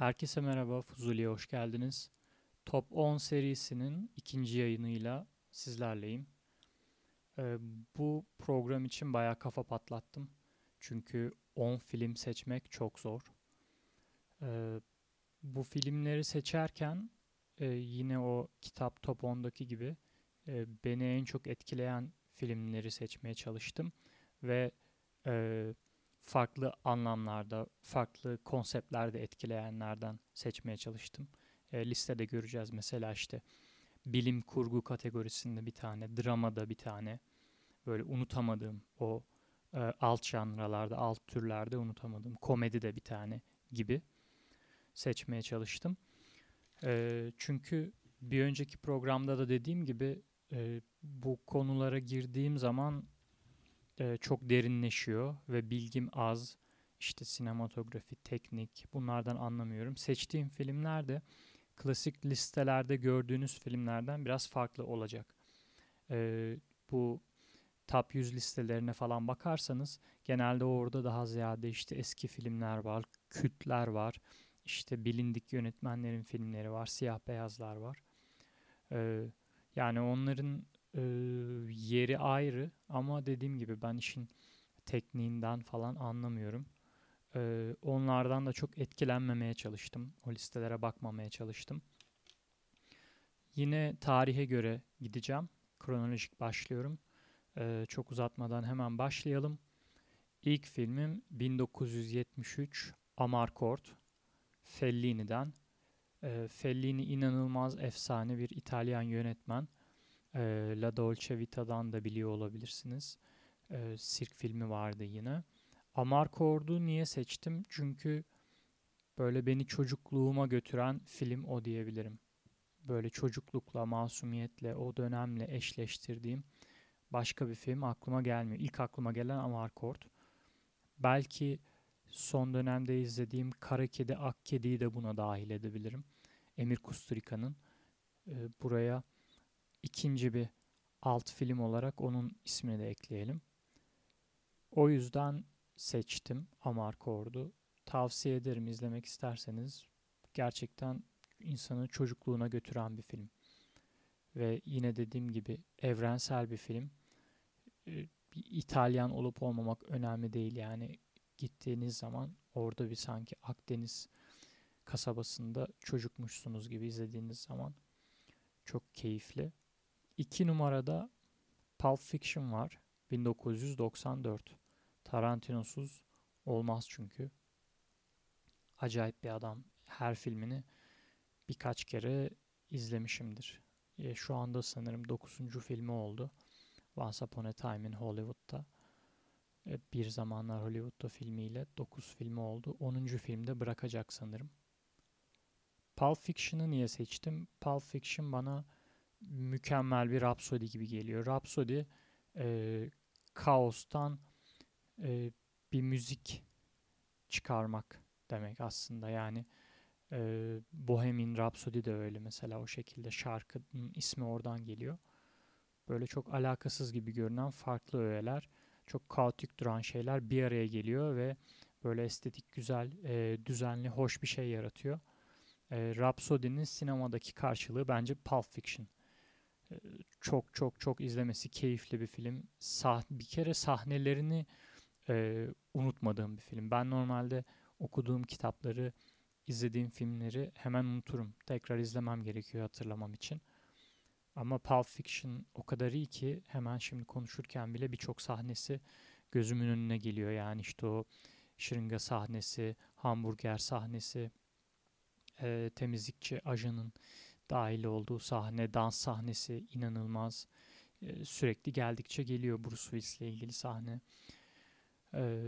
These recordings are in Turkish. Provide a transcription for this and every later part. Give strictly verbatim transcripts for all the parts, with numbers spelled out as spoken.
Herkese merhaba, Fuzuli'ye hoş geldiniz. Top on serisinin ikinci yayınıyla sizlerleyim. Ee, Bu program için bayağı kafa patlattım. Çünkü on film seçmek çok zor. Ee, Bu filmleri seçerken e, yine o kitap Top ondaki gibi e, beni en çok etkileyen filmleri seçmeye çalıştım. Ve e, farklı anlamlarda, farklı konseptlerde etkileyenlerden seçmeye çalıştım. E, listede göreceğiz mesela işte bilim kurgu kategorisinde bir tane, dramada bir tane, böyle unutamadığım o e, alt janralarda, alt türlerde unutamadığım, komedide bir tane gibi seçmeye çalıştım. E, çünkü bir önceki programda da dediğim gibi e, bu konulara girdiğim zaman e, çok derinleşiyor ve bilgim az. İşte sinematografi, teknik bunlardan anlamıyorum. Seçtiğim filmler de klasik listelerde gördüğünüz filmlerden biraz farklı olacak. E, Bu Top yüz listelerine falan bakarsanız genelde orada daha ziyade işte eski filmler var, kültler var, işte bilindik yönetmenlerin filmleri var, siyah beyazlar var. E, Yani onların e, yeri ayrı ama dediğim gibi ben işin tekniğinden falan anlamıyorum. Ee, onlardan da çok etkilenmemeye çalıştım. O listelere bakmamaya çalıştım. Yine tarihe göre gideceğim. Kronolojik başlıyorum. Ee, çok uzatmadan hemen başlayalım. İlk filmim bin dokuz yüz yetmiş üç Amarcord, Fellini'den. Ee, Fellini inanılmaz efsane bir İtalyan yönetmen. Ee, La Dolce Vita'dan da biliyor olabilirsiniz. Ee, sirk filmi vardı yine. Amarcord'u niye seçtim? Çünkü böyle beni çocukluğuma götüren film o diyebilirim. Böyle çocuklukla, masumiyetle, o dönemle eşleştirdiğim başka bir film aklıma gelmiyor. İlk aklıma gelen Amarcord. Belki son dönemde izlediğim Kara Kedi, Ak Kedi'yi de buna dahil edebilirim. Emir Kusturica'nın. Ee, buraya ikinci bir alt film olarak onun ismini de ekleyelim. O yüzden seçtim Amarcord'u. Tavsiye ederim izlemek isterseniz. Gerçekten insanı çocukluğuna götüren bir film. Ve yine dediğim gibi evrensel bir film. Ee, bir İtalyan olup olmamak önemli değil yani. Gittiğiniz zaman orada bir sanki Akdeniz kasabasında çocukmuşsunuz gibi izlediğiniz zaman çok keyifli. İki numarada Pulp Fiction var. bin dokuz yüz doksan dört. Tarantino'suz olmaz çünkü. Acayip bir adam. Her filmini birkaç kere izlemişimdir. E, şu anda sanırım dokuzuncu filmi oldu. Once Upon a Time in Hollywood'da. E, bir zamanlar Hollywood'da filmiyle dokuz filmi oldu. onuncu filmde bırakacak sanırım. Pulp Fiction'ı niye seçtim? Pulp Fiction bana mükemmel bir Rhapsody gibi geliyor. Rhapsody e, kaostan e, bir müzik çıkarmak demek aslında. Yani e, Bohemian Rhapsody de öyle mesela, o şekilde şarkının ismi oradan geliyor. Böyle çok alakasız gibi görünen farklı öğeler, çok kaotik duran şeyler bir araya geliyor ve böyle estetik, güzel, e, düzenli, hoş bir şey yaratıyor. E, Rhapsody'nin sinemadaki karşılığı bence Pulp Fiction. E, Çok çok çok izlemesi keyifli bir film. Sah bir kere sahnelerini e, unutmadığım bir film. Ben normalde okuduğum kitapları, izlediğim filmleri hemen unuturum. Tekrar izlemem gerekiyor hatırlamam için. Ama Pulp Fiction o kadar iyi ki hemen şimdi konuşurken bile birçok sahnesi gözümün önüne geliyor. Yani işte o şırınga sahnesi, hamburger sahnesi, e, temizlikçi ajanın dahil olduğu sahne, dans sahnesi inanılmaz. E, sürekli geldikçe geliyor Bruce Willis ile ilgili sahne. E,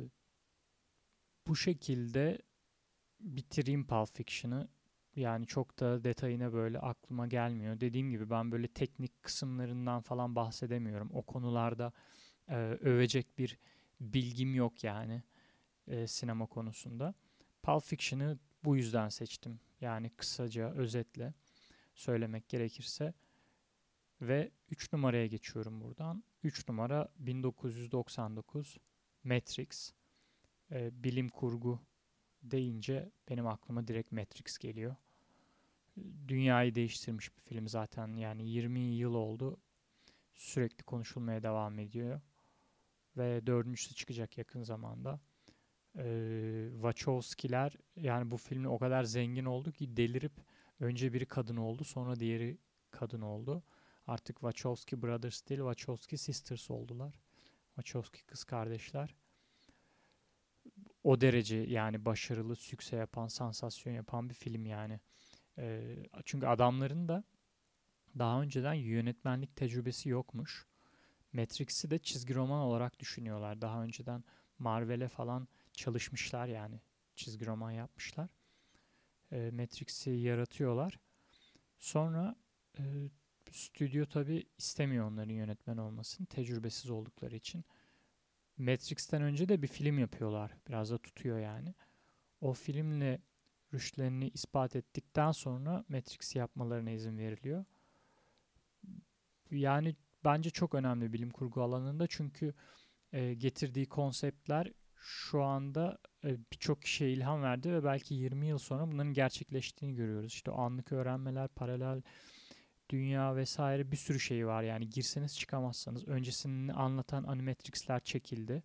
Bu şekilde bitireyim Pulp Fiction'ı. Yani çok da detayına böyle aklıma gelmiyor. Dediğim gibi ben böyle teknik kısımlarından falan bahsedemiyorum. O konularda e, övecek bir bilgim yok yani e, sinema konusunda. Pulp Fiction'ı bu yüzden seçtim. Yani kısaca, özetle söylemek gerekirse. Ve üç numaraya geçiyorum buradan. üç numara bin dokuz yüz doksan dokuz Matrix. E, bilim kurgu deyince benim aklıma direkt Matrix geliyor. Dünyayı değiştirmiş bir film zaten. Yani yirmi yıl oldu. Sürekli konuşulmaya devam ediyor. Ve dördüncüsü çıkacak yakın zamanda. Ee, Wachowski'ler yani bu filmin o kadar zengin oldu ki delirip önce biri kadın oldu, sonra diğeri kadın oldu. Artık Wachowski Brothers değil, Wachowski Sisters oldular. Wachowski kız kardeşler. O derece yani başarılı, sükse yapan, sansasyon yapan bir film yani. Ee, çünkü adamların da daha önceden yönetmenlik tecrübesi yokmuş. Matrix'i de çizgi roman olarak düşünüyorlar. Daha önceden Marvel'e falan çalışmışlar yani. Çizgi roman yapmışlar. E, Matrix'i yaratıyorlar. Sonra e, stüdyo tabii istemiyor onların yönetmen olmasını. Tecrübesiz oldukları için. Matrix'ten önce de bir film yapıyorlar. Biraz da tutuyor yani. O filmle rüştlerini ispat ettikten sonra Matrix'i yapmalarına izin veriliyor. Yani bence çok önemli bilim kurgu alanında çünkü e, getirdiği konseptler şu anda e, birçok kişiye ilham verdi ve belki yirmi yıl sonra bunların gerçekleştiğini görüyoruz. İşte anlık öğrenmeler, paralel dünya vesaire bir sürü şey var. Yani girseniz çıkamazsanız. Öncesini anlatan animatrixler çekildi.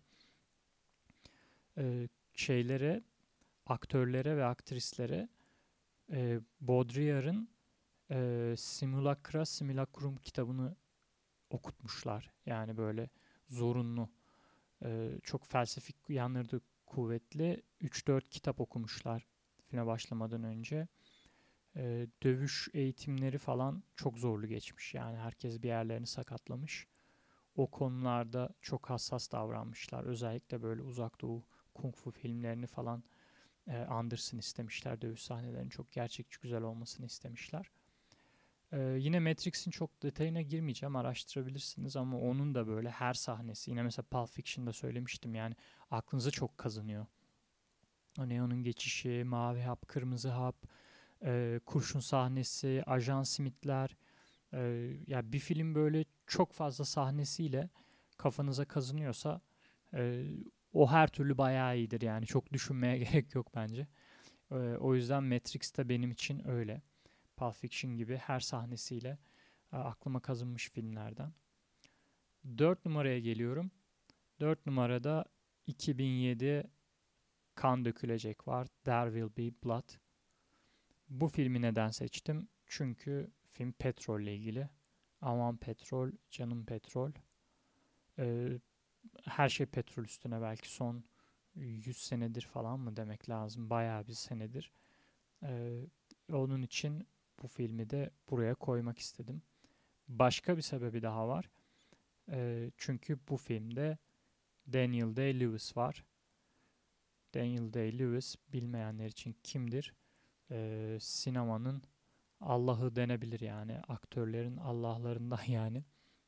E, şeylere, aktörlere ve aktrislere e, Baudrillard'ın e, Simulacra Simulacrum kitabını okutmuşlar. Yani böyle zorunlu. Ee, çok felsefik yanları da kuvvetli. üç dört kitap okumuşlar filme başlamadan önce. Ee, dövüş eğitimleri falan çok zorlu geçmiş. Yani herkes bir yerlerini sakatlamış. O konularda çok hassas davranmışlar. Özellikle böyle uzak doğu kung fu filmlerini falan e, andırsın istemişler. Dövüş sahnelerinin çok gerçekçi güzel olmasını istemişler. Ee, yine Matrix'in çok detayına girmeyeceğim, araştırabilirsiniz ama onun da böyle her sahnesi, yine mesela Pulp Fiction'da söylemiştim yani aklınıza çok kazınıyor. O neonun geçişi, mavi hap, kırmızı hap, e, kurşun sahnesi, Ajan Smith'ler, e, ya bir film böyle çok fazla sahnesiyle kafanıza kazınıyorsa e, o her türlü bayağı iyidir yani çok düşünmeye gerek yok bence. E, o yüzden Matrix de benim için öyle. Pulp Fiction gibi her sahnesiyle e, aklıma kazınmış filmlerden. Dört numaraya geliyorum. Dört numarada iki bin yedi Kan Dökülecek var. There Will Be Blood. Bu filmi neden seçtim? Çünkü film petrolle ilgili. Aman petrol, canım petrol. Ee, her şey petrol üstüne belki son yüz senedir falan mı demek lazım. Bayağı bir senedir. Ee, onun için bu filmi de buraya koymak istedim. Başka bir sebebi daha var. Ee, çünkü bu filmde Daniel Day-Lewis var. Daniel Day-Lewis bilmeyenler için kimdir? Ee, sinemanın Allah'ı denebilir yani. Aktörlerin Allah'larından yani.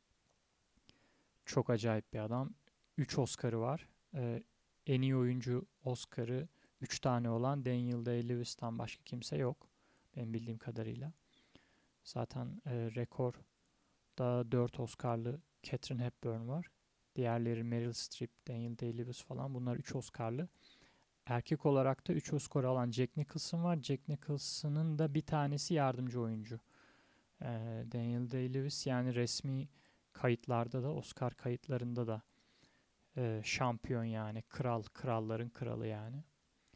Çok acayip bir adam. Üç Oscar'ı var. Ee, en iyi oyuncu Oscar'ı üç tane olan Daniel Day-Lewis'tan başka kimse yok. Benim bildiğim kadarıyla. Zaten e, rekor da dört Oscar'lı Katharine Hepburn var. Diğerleri Meryl Streep, Daniel Day-Lewis falan. Bunlar üç Oscar'lı. Erkek olarak da üç Oscar alan Jack Nicholson var. Jack Nicholson'ın da bir tanesi yardımcı oyuncu. Ee, Daniel Day-Lewis yani resmi kayıtlarda da Oscar kayıtlarında da e, şampiyon yani kral, kralların kralı yani.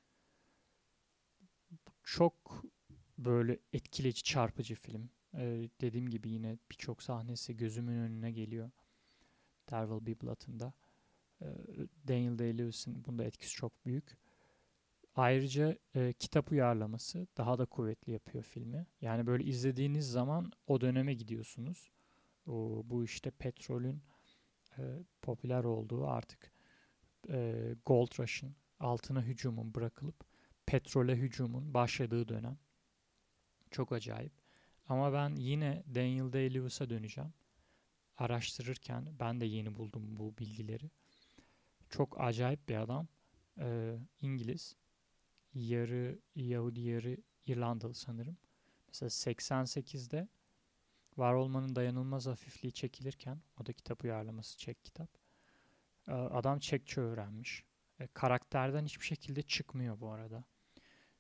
Çok böyle etkileyici, çarpıcı film. Ee, dediğim gibi yine birçok sahnesi gözümün önüne geliyor. There Will Be Blood'ın da. Ee, Daniel Day-Lewis'in bunda etkisi çok büyük. Ayrıca e, kitap uyarlaması daha da kuvvetli yapıyor filmi. Yani böyle izlediğiniz zaman o döneme gidiyorsunuz. O, bu işte petrolün e, popüler olduğu artık e, Gold Rush'ın altına hücumun bırakılıp petrole hücumun başladığı dönem. Çok acayip. Ama ben yine Daniel Day-Lewis'a döneceğim. Araştırırken ben de yeni buldum bu bilgileri. Çok acayip bir adam. E, İngiliz. Yarı Yahudi yarı İrlandalı sanırım. Mesela seksen sekizde Var Olmanın Dayanılmaz Hafifliği çekilirken o da kitap uyarlaması Çek kitap. Adam Çekçe öğrenmiş. E, karakterden hiçbir şekilde çıkmıyor bu arada.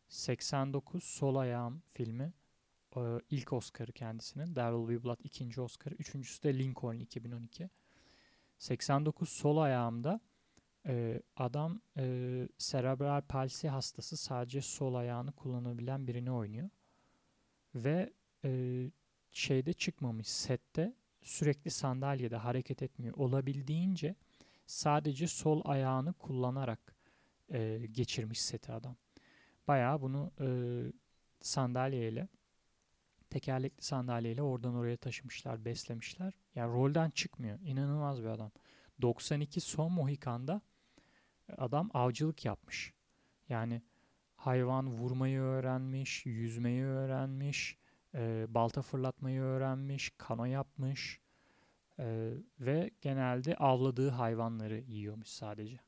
seksen dokuz Sol Ayağım filmi e, ilk Oscar'ı kendisinin. There Will Be Blood ikinci Oscar'ı. Üçüncüsü de Lincoln iki bin on iki. seksen dokuz Sol Ayağım'da e, adam e, serebral palsi hastası, sadece sol ayağını kullanabilen birini oynuyor. Ve e, şeyde çıkmamış, sette sürekli sandalyede hareket etmiyor. Olabildiğince sadece sol ayağını kullanarak e, geçirmiş seti adam. Bayağı bunu e, sandalyeyle, tekerlekli sandalyeyle oradan oraya taşımışlar, beslemişler. Yani rolden çıkmıyor. İnanılmaz bir adam. doksan iki Son Mohikan'da adam avcılık yapmış. Yani hayvan vurmayı öğrenmiş, yüzmeyi öğrenmiş, e, balta fırlatmayı öğrenmiş, kano yapmış e, ve genelde avladığı hayvanları yiyormuş sadece.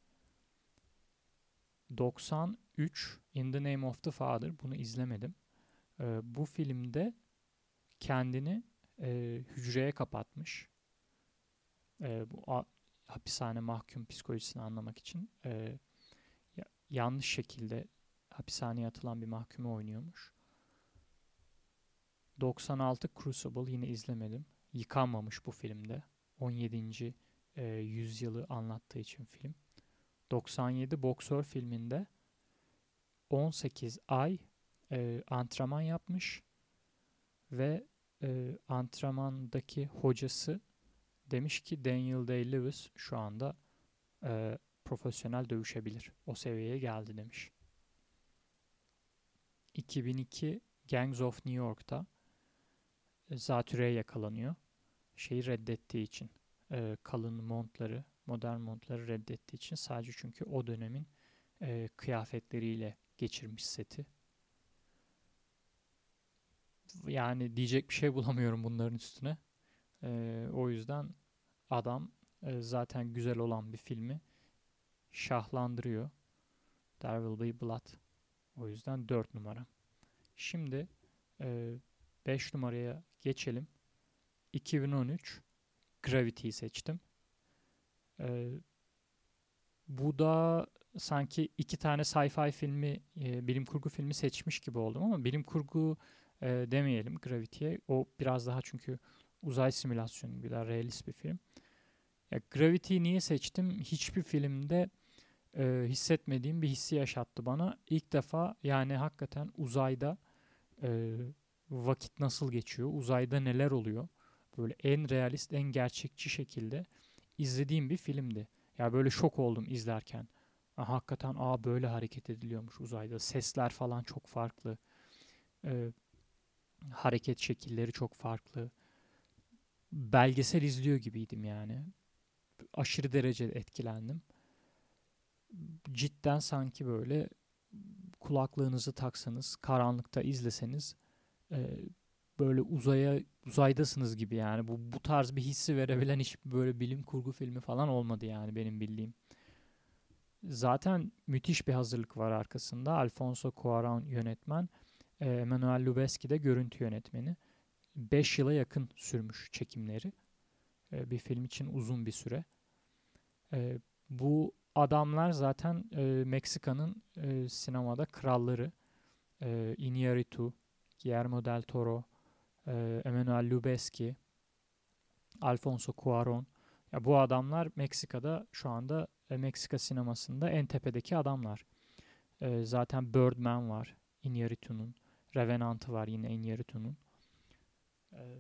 doksan üç In the Name of the Father, bunu izlemedim. E, bu filmde kendini e, hücreye kapatmış. E, bu a, hapishane mahkum psikolojisini anlamak için e, ya, yanlış şekilde hapishaneye atılan bir mahkumu oynuyormuş. doksan altı Crucible, yine izlemedim. Yıkanmamış bu filmde. on yedinci E, yüzyılı anlattığı için film. doksan yedi Boksör filminde on sekiz ay e, antrenman yapmış ve e, antrenmandaki hocası demiş ki Daniel Day-Lewis şu anda e, profesyonel dövüşebilir. O seviyeye geldi demiş. iki bin iki Gangs of New York'ta e, zatürreye yakalanıyor. Şeyi reddettiği için, e, kalın montları, modern montları reddettiği için, sadece çünkü o dönemin e, kıyafetleriyle geçirmiş seti. Yani diyecek bir şey bulamıyorum bunların üstüne. E, o yüzden adam e, zaten güzel olan bir filmi şahlandırıyor. There Will Be Blood. O yüzden dört numara. Şimdi e, beş numaraya geçelim. iki bin on üç Gravity'yi seçtim. E, bu da sanki iki tane sci-fi filmi, e, bilim kurgu filmi seçmiş gibi oldum ama bilim kurgu e, demeyelim Gravity'ye. O biraz daha çünkü uzay simülasyonu gibi, daha realist bir film. Ya, Gravity'yi niye seçtim? Hiçbir filmde e, hissetmediğim bir hissi yaşattı bana. İlk defa, yani hakikaten uzayda e, vakit nasıl geçiyor, uzayda neler oluyor, böyle en realist, en gerçekçi şekilde izlediğim bir filmdi. Ya böyle şok oldum izlerken. Ha, hakikaten aa böyle hareket ediliyormuş uzayda. Sesler falan çok farklı. E, hareket şekilleri çok farklı. Belgesel izliyor gibiydim yani. Aşırı derecede etkilendim. Cidden sanki böyle kulaklığınızı taksanız, karanlıkta izleseniz e, böyle uzaya uzaydasınız gibi yani. Bu bu tarz bir hissi verebilen hiç böyle bilim kurgu filmi falan olmadı yani benim bildiğim. Zaten müthiş bir hazırlık var arkasında. Alfonso Cuarón yönetmen, e, Emmanuel Lubezki de görüntü yönetmeni. beş yıla yakın sürmüş çekimleri. E, bir film için uzun bir süre. E, bu adamlar zaten e, Meksika'nın e, sinemada kralları. E, Iñárritu, Guillermo del Toro, e, Emmanuel Lubezki, Alfonso Cuarón. Ya bu adamlar Meksika'da şu anda, e, Meksika sinemasında en tepedeki adamlar. E, zaten Birdman var Iñárritu'nun. Revenant'ı var yine Iñárritu'nun. E,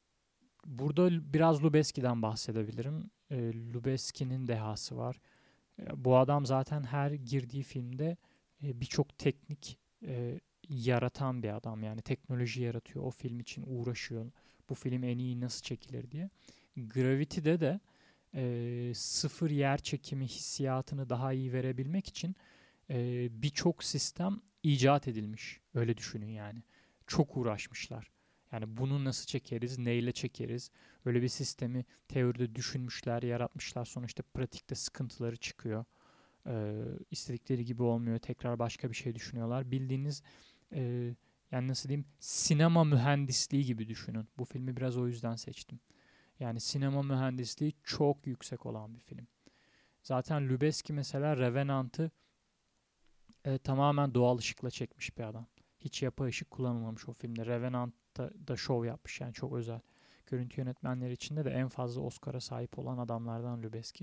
burada biraz Lubezki'den bahsedebilirim. E, Lubezki'nin dehası var. E, bu adam zaten her girdiği filmde e, birçok teknik e, yaratan bir adam. Yani teknoloji yaratıyor. O film için uğraşıyor. Bu film en iyi nasıl çekilir diye. Gravity'de de e, sıfır yer çekimi hissiyatını daha iyi verebilmek için e, birçok sistem icat edilmiş. Öyle düşünün yani. Çok uğraşmışlar. Yani bunu nasıl çekeriz, neyle çekeriz? Öyle bir sistemi teoride düşünmüşler, yaratmışlar. Sonra işte pratikte sıkıntıları çıkıyor. Ee, istedikleri gibi olmuyor. Tekrar başka bir şey düşünüyorlar. Bildiğiniz e, yani nasıl diyeyim, sinema mühendisliği gibi düşünün. Bu filmi biraz o yüzden seçtim. Yani sinema mühendisliği çok yüksek olan bir film. Zaten Lubezki mesela Revenant'ı E, tamamen doğal ışıkla çekmiş bir adam. Hiç yapay ışık kullanılmamış o filmde. Revenant'ta da şov yapmış, yani çok özel. Görüntü yönetmenleri içinde de en fazla Oscar'a sahip olan adamlardan Lubezki.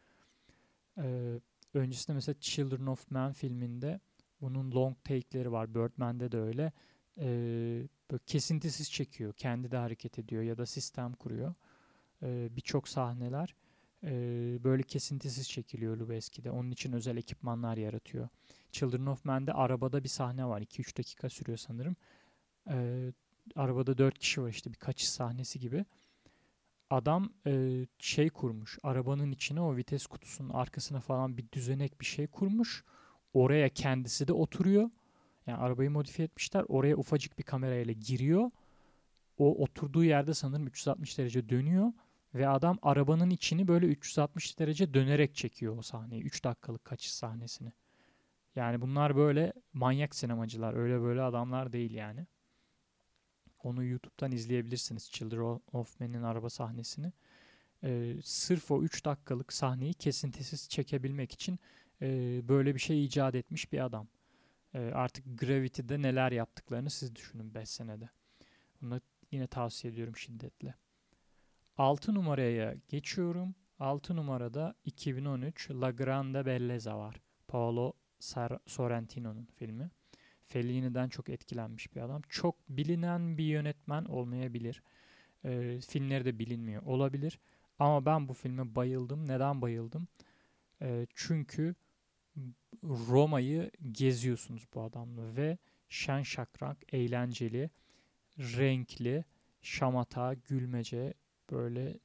E, öncesinde mesela Children of Men filminde bunun long take'leri var. Birdman'de de öyle. E, böyle kesintisiz çekiyor. Kendi de hareket ediyor ya da sistem kuruyor. E, birçok sahneler e, böyle kesintisiz çekiliyor Lubezki'de. Onun için özel ekipmanlar yaratıyor. Children of Men'de arabada bir sahne var. iki üç dakika sürüyor sanırım. E, arabada dört kişi var, işte bir kaçış sahnesi gibi. Adam e, şey kurmuş. Arabanın içine, o vites kutusunun arkasına falan bir düzenek bir şey kurmuş. Oraya kendisi de oturuyor. Yani arabayı modifiye etmişler. Oraya ufacık bir kamerayla giriyor. O oturduğu yerde sanırım üç yüz altmış derece dönüyor ve adam arabanın içini böyle üç yüz altmış derece dönerek çekiyor o sahneyi. üç dakikalık kaçış sahnesini. Yani bunlar böyle manyak sinemacılar. Öyle böyle adamlar değil yani. Onu YouTube'dan izleyebilirsiniz. Children of Men'in araba sahnesini. Ee, sırf o üç dakikalık sahneyi kesintisiz çekebilmek için e, böyle bir şey icat etmiş bir adam. E, artık Gravity'de neler yaptıklarını siz düşünün beş senede. Bunu yine tavsiye ediyorum şiddetle. altı numaraya geçiyorum. altı numarada iki bin on üç La Grande Bellezza var. Paolo Sorrentino'nun filmi. Fellini'den çok etkilenmiş bir adam. Çok bilinen bir yönetmen olmayabilir. Ee, filmleri de bilinmiyor olabilir. Ama ben bu filme bayıldım. Neden bayıldım? Ee, çünkü Roma'yı geziyorsunuz bu adamla ve şen şakrak, eğlenceli, renkli, şamata, gülmece, böyle,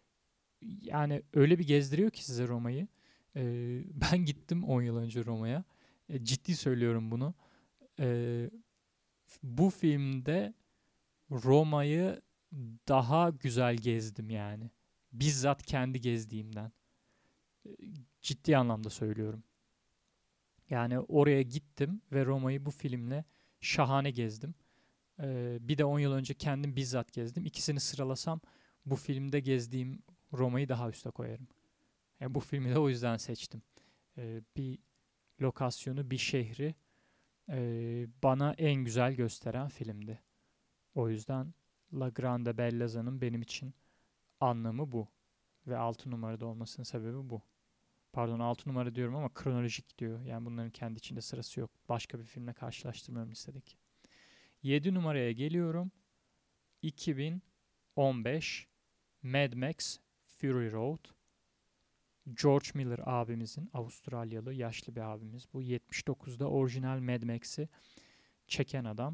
yani öyle bir gezdiriyor ki size Roma'yı. Ee, ben gittim on yıl önce Roma'ya. E, ciddi söylüyorum bunu. Ee, bu filmde Roma'yı daha güzel gezdim yani. Bizzat kendi gezdiğimden. E, ciddi anlamda söylüyorum. Yani oraya gittim ve Roma'yı bu filmle şahane gezdim. Ee, bir de on yıl önce kendim bizzat gezdim. İkisini sıralasam bu filmde gezdiğim Roma'yı daha üste koyarım. Yani bu filmi de o yüzden seçtim. Ee, bir lokasyonu, bir şehri e, bana en güzel gösteren filmdi. O yüzden La Grande Bellezza'nın benim için anlamı bu. Ve altı numarada olmasının sebebi bu. Pardon, altı numara diyorum ama kronolojik diyor. Yani bunların kendi içinde sırası yok. Başka bir filmle karşılaştırmıyorum listedik. yedi numaraya geliyorum. iki bin on beş Mad Max Fury Road. George Miller abimizin, Avustralyalı yaşlı bir abimiz. Bu yetmiş dokuzda orijinal Mad Max'i çeken adam.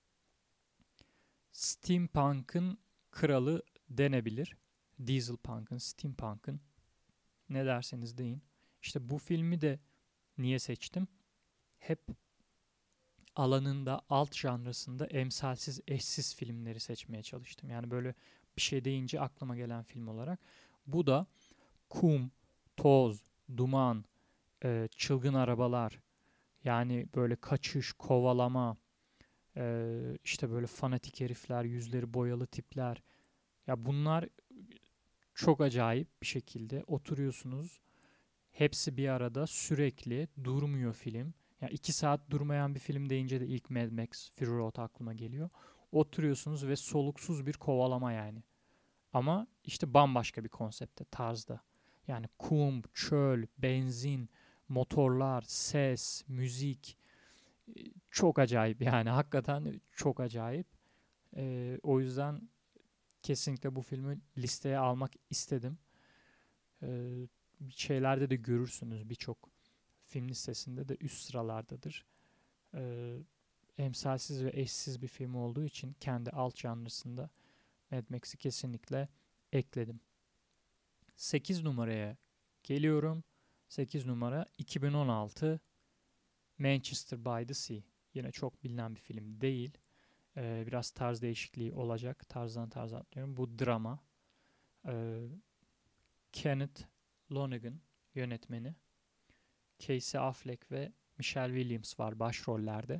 Steampunk'ın kralı denebilir. Dieselpunk'ın, Steampunk'ın, ne derseniz deyin. İşte bu filmi de niye seçtim? Hep alanında, alt janrasında emsalsiz, eşsiz filmleri seçmeye çalıştım. Yani böyle bir şey deyince aklıma gelen film olarak. Bu da kum, toz, duman, e, çılgın arabalar, yani böyle kaçış, kovalama, e, işte böyle fanatik herifler, yüzleri boyalı tipler. Ya bunlar çok acayip bir şekilde oturuyorsunuz. Hepsi bir arada, sürekli durmuyor film. Ya iki saat durmayan bir film deyince de ilk Mad Max Fury Road aklıma geliyor. Oturuyorsunuz ve soluksuz bir kovalama yani. Ama işte bambaşka bir konsepte, tarzda. Yani kum, çöl, benzin, motorlar, ses, müzik, çok acayip yani, hakikaten çok acayip. Ee, o yüzden kesinlikle bu filmi listeye almak istedim. Ee, şeylerde de görürsünüz, birçok film listesinde de üst sıralardadır. Ee, emsalsiz ve eşsiz bir film olduğu için kendi alt janrısında Mad Max'i kesinlikle ekledim. sekiz numaraya geliyorum. sekiz numara iki bin on altı Manchester by the Sea. Yine çok bilinen bir film değil. Ee, biraz tarz değişikliği olacak. Tarzdan tarz atlıyorum. Bu drama. Ee, Kenneth Lonergan yönetmeni. Casey Affleck ve Michelle Williams var başrollerde.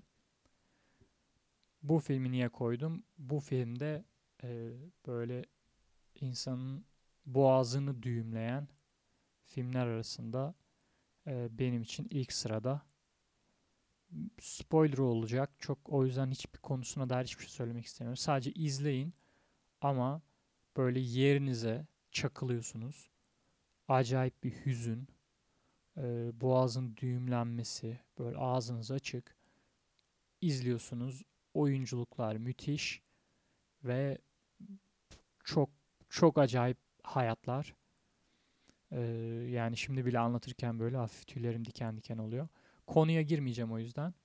Bu filmi niye koydum? Bu filmde e, böyle insanın boğazını düğümleyen filmler arasında e, benim için ilk sırada. spoiler olacak. Çok, o yüzden hiçbir konusuna dair hiçbir şey söylemek istemiyorum. Sadece izleyin ama böyle yerinize çakılıyorsunuz. Acayip bir hüzün, e, boğazın düğümlenmesi, böyle ağzınız açık izliyorsunuz. Oyunculuklar müthiş ve çok çok acayip hayatlar. Ee, Yani şimdi bile anlatırken böyle hafif tüylerim diken diken oluyor. Konuya girmeyeceğim o yüzden.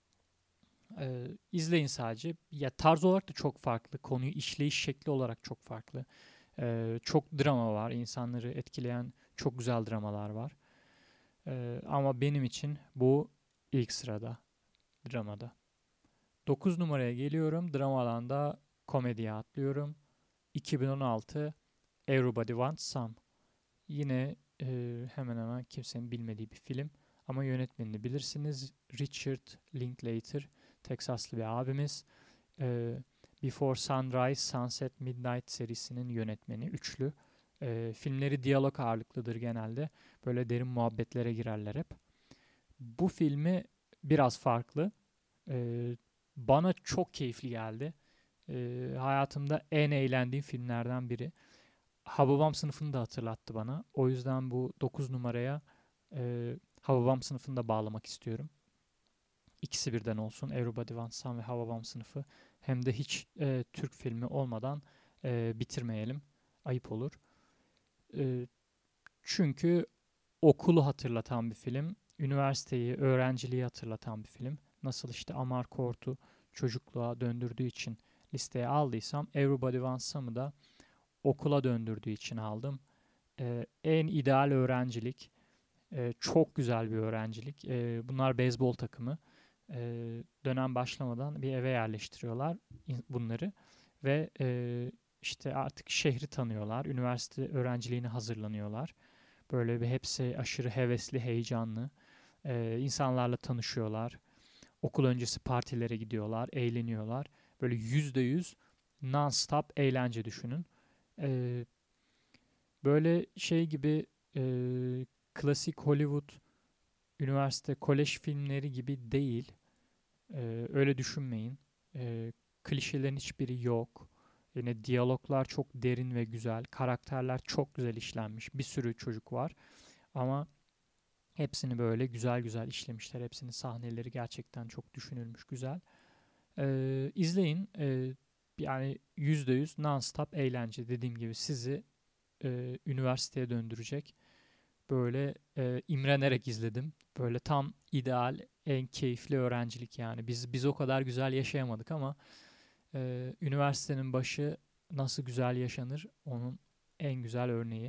Ee, izleyin sadece. Ya tarz olarak da çok farklı. Konuyu işleyiş şekli olarak çok farklı. Ee, çok drama var. İnsanları etkileyen çok güzel dramalar var. Ee, ama benim için bu ilk sırada dramada. Dokuz numaraya geliyorum. Dramadan da komediye atlıyorum. iki bin on altı Everybody Wants Some. Yine e, hemen hemen kimsenin bilmediği bir film. Ama yönetmenini bilirsiniz. Richard Linklater. Teksaslı bir abimiz. E, Before Sunrise, Sunset, Midnight serisinin yönetmeni. Üçlü. E, filmleri diyalog ağırlıklıdır genelde. Böyle derin muhabbetlere girerler hep. Bu filmi biraz farklı. E, Bana çok keyifli geldi. E, hayatımda en eğlendiğim filmlerden biri. Hababam sınıfını da hatırlattı bana. O yüzden bu dokuz numaraya e, Hababam sınıfını da bağlamak istiyorum. İkisi birden olsun. Everybody Wants Some ve Hababam sınıfı. Hem de hiç e, Türk filmi olmadan e, bitirmeyelim. Ayıp olur. E, Çünkü okulu hatırlatan bir film. Üniversiteyi, öğrenciliği hatırlatan bir film. Nasıl işte Amarkort'u çocukluğa döndürdüğü için listeye aldıysam Everybody Wants Some'ı da okula döndürdüğü için aldım. Ee, en ideal öğrencilik. Ee, çok güzel bir öğrencilik. Ee, bunlar beyzbol takımı. Ee, dönem başlamadan bir eve yerleştiriyorlar bunları. Ve e, işte artık şehri tanıyorlar. Üniversite öğrenciliğine hazırlanıyorlar. Böyle bir hepsi aşırı hevesli, heyecanlı. Ee, insanlarla tanışıyorlar. Okul öncesi partilere gidiyorlar, eğleniyorlar. Böyle yüzde yüz non-stop eğlence düşünün. Ee, Böyle şey gibi e, klasik Hollywood üniversite kolej filmleri gibi değil. E, öyle düşünmeyin. E, Klişelerin hiçbiri yok. Yine diyaloglar çok derin ve güzel. Karakterler çok güzel işlenmiş. Bir sürü çocuk var. Ama hepsini böyle güzel güzel işlemişler. Hepsinin sahneleri gerçekten çok düşünülmüş, güzel. E, izleyin. E, yani yüzde yüz non-stop eğlence, dediğim gibi sizi e, üniversiteye döndürecek. Böyle e, imrenerek izledim. Böyle tam ideal, en keyifli öğrencilik yani. Biz biz o kadar güzel yaşayamadık ama e, üniversitenin başı nasıl güzel yaşanır, onun en güzel örneği.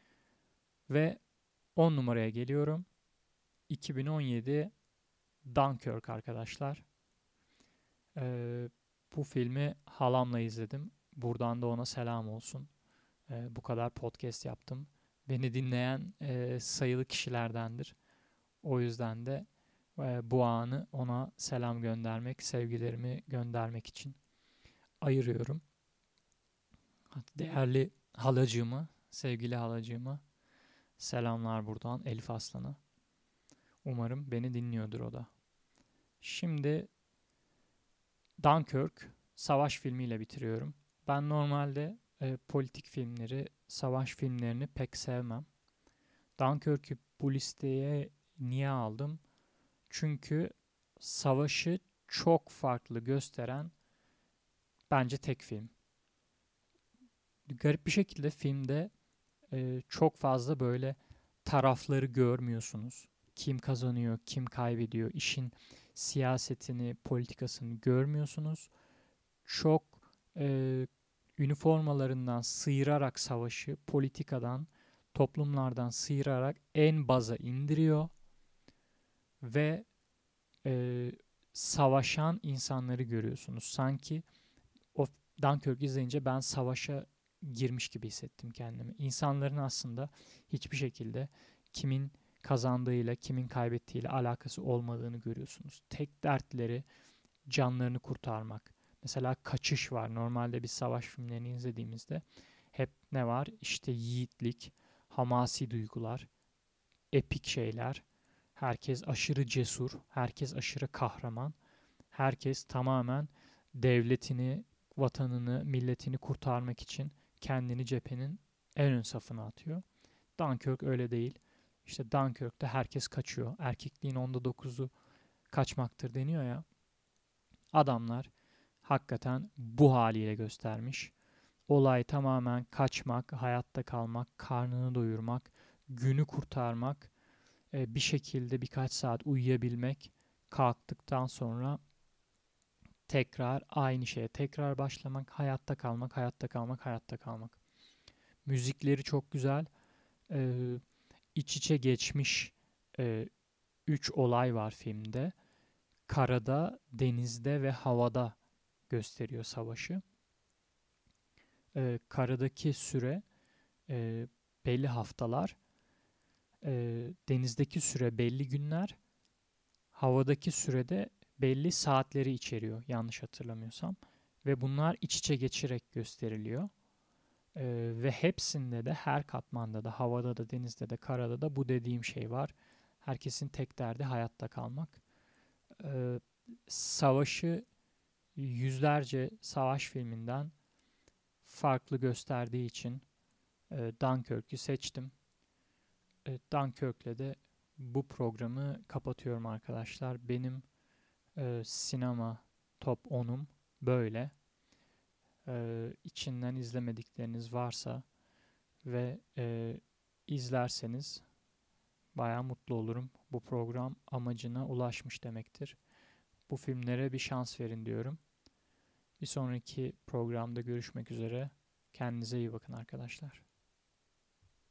Ve on numaraya geliyorum. iki bin on yedi Dunkirk arkadaşlar. E, Bu filmi halamla izledim. Buradan da ona selam olsun. E, bu kadar podcast yaptım. Beni dinleyen e, sayılı kişilerdendir. O yüzden de e, bu anı ona selam göndermek, sevgilerimi göndermek için ayırıyorum. Değerli halacığıma, sevgili halacığıma selamlar buradan, Elif Aslan'a. Umarım beni dinliyordur o da. Şimdi Dunkirk savaş filmiyle bitiriyorum. Ben normalde e, politik filmleri, savaş filmlerini pek sevmem. Dunkirk'ü bu listeye niye aldım? Çünkü savaşı çok farklı gösteren bence tek film. Garip bir şekilde filmde e, çok fazla böyle tarafları görmüyorsunuz. Kim kazanıyor, kim kaybediyor, işin siyasetini, politikasını görmüyorsunuz. Çok e, üniformalarından sıyırarak savaşı, politikadan, toplumlardan sıyırarak en baza indiriyor ve e, savaşan insanları görüyorsunuz. Sanki o Dunkirk izleyince ben savaşa girmiş gibi hissettim kendimi. İnsanların aslında hiçbir şekilde kimin kazandığıyla, kimin kaybettiğiyle alakası olmadığını görüyorsunuz. Tek dertleri canlarını kurtarmak. Mesela kaçış var. Normalde biz savaş filmlerini izlediğimizde hep ne var? İşte yiğitlik, hamasi duygular, epik şeyler. Herkes aşırı cesur, herkes aşırı kahraman. Herkes tamamen devletini, vatanını, milletini kurtarmak için kendini cephenin en ön safına atıyor. Dunkirk öyle değil. İşte Dunkirk'te herkes kaçıyor. Erkekliğin onda dokuzu kaçmaktır deniyor ya. Adamlar hakikaten bu haliyle göstermiş. Olay tamamen kaçmak, hayatta kalmak, karnını doyurmak, günü kurtarmak, bir şekilde birkaç saat uyuyabilmek, kalktıktan sonra tekrar aynı şeye tekrar başlamak, hayatta kalmak, hayatta kalmak, hayatta kalmak. Müzikleri çok güzel. Ee, iç içe geçmiş e, üç olay var filmde. Karada, denizde ve havada gösteriyor savaşı. Ee, karadaki süre e, belli haftalar, e, denizdeki süre belli günler, havadaki sürede belli saatleri içeriyor yanlış hatırlamıyorsam. Ve bunlar iç içe geçerek gösteriliyor. Ee, ve hepsinde de her katmanda da havada da denizde de karada da bu dediğim şey var. Herkesin tek derdi hayatta kalmak. Ee, savaşı yüzlerce savaş filminden farklı gösterdiği için e, Dunkirk'ü seçtim. E, Dunkirk'le de bu programı kapatıyorum arkadaşlar. Benim e, sinema top onum böyle. E, içinden izlemedikleriniz varsa ve e, izlerseniz bayağı mutlu olurum. Bu program amacına ulaşmış demektir. Bu filmlere bir şans verin diyorum. Bir sonraki programda görüşmek üzere. Kendinize iyi bakın arkadaşlar.